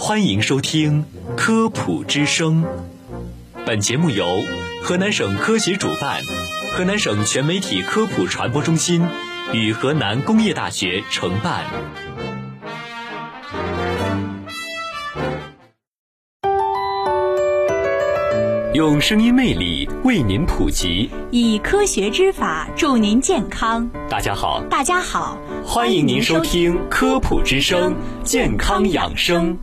欢迎收听科普之声。本节目由河南省科协主办，河南省全媒体科普传播中心与河南工业大学承办。用声音魅力为您普及， 以科学之法助您健康。 大家好， 欢迎您收听科普之声，健康养生。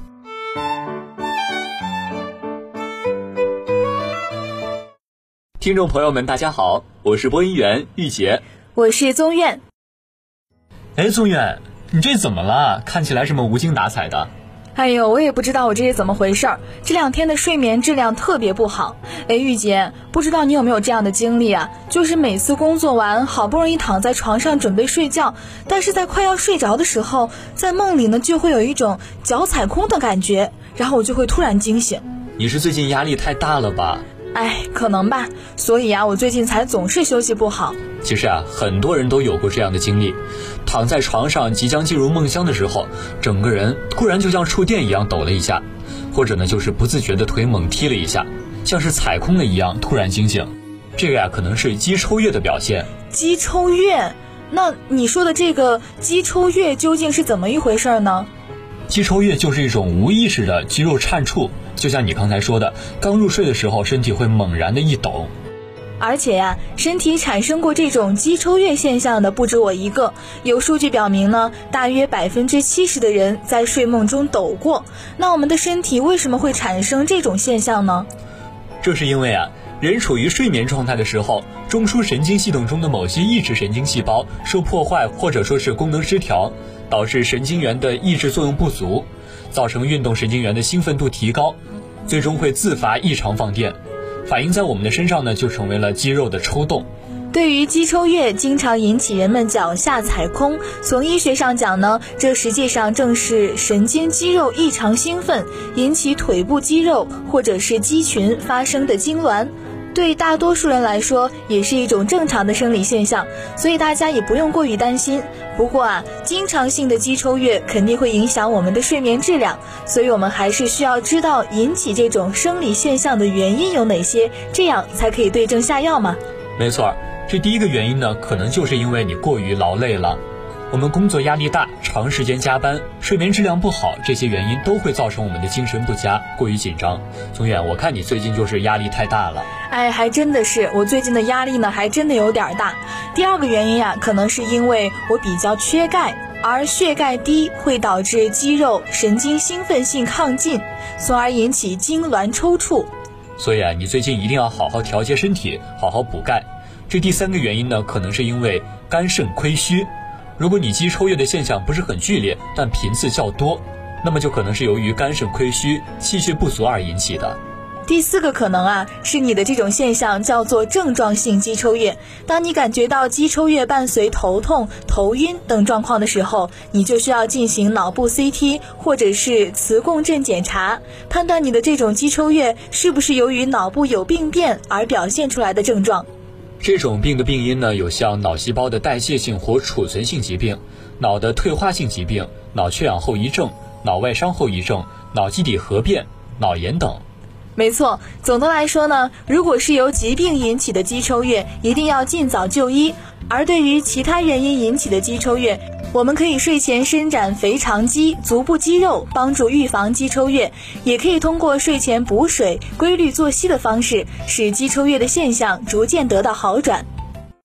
听众朋友们，大家好，我是播音员玉洁， 我是宗苑。 宗苑，你这怎么了？看起来这么无精打采的。 哎呦，我也不知道我这是怎么回事儿，这2天的睡眠质量特别不好。玉洁，不知道你有没有这样的经历啊？就是每次工作完，好不容易躺在床上准备睡觉，但是在快要睡着的时候，在梦里呢就会有一种脚踩空的感觉，然后我就会突然惊醒。 你是最近压力太大了吧？ 可能吧，所以我最近才总是休息不好。 其实很多人都有过这样的经历，躺在床上即将进入梦乡的时候，整个人突然就像触电一样抖了一下，或者呢就是不自觉的腿猛踢了一下，像是踩空了一样突然惊醒。这个可能是肌抽跃的表现。 肌抽跃？那你说的这个肌抽跃究竟是怎么一回事呢？ 肌抽跃就是一种无意识的肌肉颤触，就像你刚才说的，刚入睡的时候身体会猛然的一抖。 而且身体产生过这种肌抽跃现象的不止我一个，有数据表明呢，大约70%的人在睡梦中抖过。那我们的身体为什么会产生这种现象呢？ 这是因为人处于睡眠状态的时候，中枢神经系统中的某些抑制神经细胞受破坏，或者说是功能失调，导致神经元的抑制作用不足，造成运动神经元的兴奋度提高，最终会自发异常放电，反映在我们的身上呢，就成为了肌肉的抽动。 对于肌抽跃经常引起人们脚下踩空，从医学上讲呢，这实际上正是神经肌肉异常兴奋，引起腿部肌肉或者是肌群发生的痉挛。对大多数人来说也是一种正常的生理现象，所以大家也不用过于担心。不过经常性的肌抽跃肯定会影响我们的睡眠质量，所以我们还是需要知道引起这种生理现象的原因有哪些，这样才可以对症下药嘛。 没错，这第一个原因呢，可能就是因为你过于劳累了。我们工作压力大，长时间加班，睡眠质量不好，这些原因都会造成我们的精神不佳，过于紧张。宗远，我看你最近就是压力太大了。 还真的是，我最近的压力呢还真的有点大。第二个原因可能是因为我比较缺钙，而血钙低会导致肌肉神经兴奋性亢进，从而引起痉挛抽搐。 所以你最近一定要好好调节身体，好好补钙。这第三个原因呢，可能是因为肝肾亏虚。如果你肌抽跃的现象不是很剧烈，但频次较多，那么就可能是由于肝肾亏虚、气血不足而引起的。 第4个可能是你的这种现象叫做症状性肌抽跃。当你感觉到肌抽跃伴随头痛、头晕等状况的时候，你就需要进行脑部 CT 或者是磁共振检查，判断你的这种肌抽跃是不是由于脑部有病变而表现出来的症状。 这种病的病因呢，有像脑细胞的代谢性或储存性疾病、脑的退化性疾病、脑缺氧后遗症、脑外伤后遗症、脑基底核变、脑炎等。 没错，总的来说呢，如果是由疾病引起的肌抽跃，一定要尽早就医。而对于其他原因引起的肌抽跃，我们可以睡前伸展腓肠肌、足部肌肉，帮助预防肌抽跃，也可以通过睡前补水、规律作息的方式，使肌抽跃的现象逐渐得到好转。